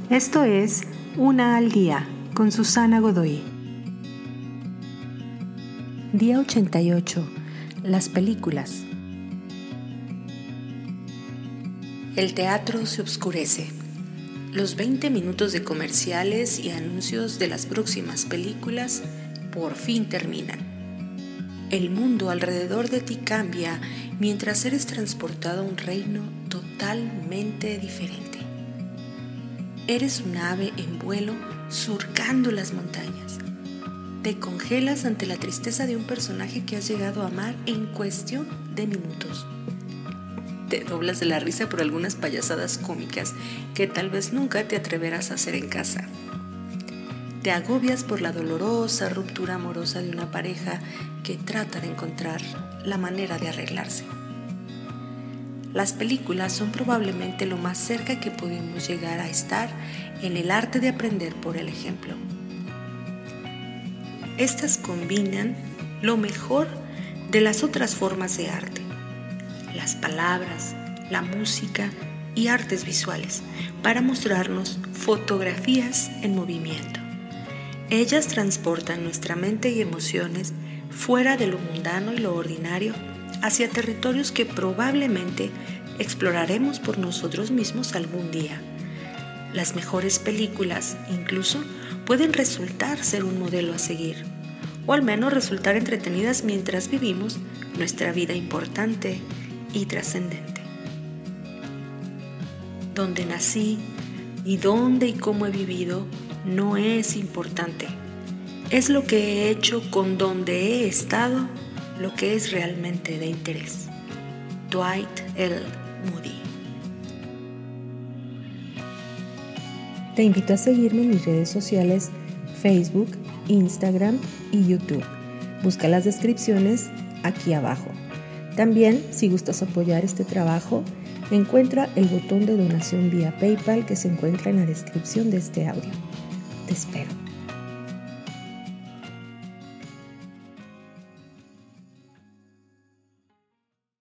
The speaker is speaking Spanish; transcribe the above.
Esto es Una al Día con Susana Godoy. Día 88. Las películas. El teatro se oscurece. Los 20 minutos de comerciales y anuncios de las próximas películas por fin terminan. El mundo alrededor de ti cambia mientras eres transportado a un reino totalmente diferente. Eres un ave en vuelo surcando las montañas. Te congelas ante la tristeza de un personaje que has llegado a amar en cuestión de minutos. Te doblas de la risa por algunas payasadas cómicas que tal vez nunca te atreverás a hacer en casa. Te agobias por la dolorosa ruptura amorosa de una pareja que trata de encontrar la manera de arreglarse. Las películas son probablemente lo más cerca que podemos llegar a estar en el arte de aprender por el ejemplo. Estas combinan lo mejor de las otras formas de arte, las palabras, la música y artes visuales, para mostrarnos fotografías en movimiento. Ellas transportan nuestra mente y emociones fuera de lo mundano y lo ordinario, hacia territorios que probablemente exploraremos por nosotros mismos algún día. Las mejores películas, incluso, pueden resultar ser un modelo a seguir, o al menos resultar entretenidas mientras vivimos nuestra vida importante y trascendente. Dónde nací y dónde y cómo he vivido no es importante. Es lo que he hecho con donde he estado lo que es realmente de interés. Dwight L. Moody. Te invito a seguirme en mis redes sociales Facebook, Instagram y YouTube. Busca las descripciones aquí abajo. También, si gustas apoyar este trabajo, encuentra el botón de donación vía PayPal que se encuentra en la descripción de este audio. Te espero.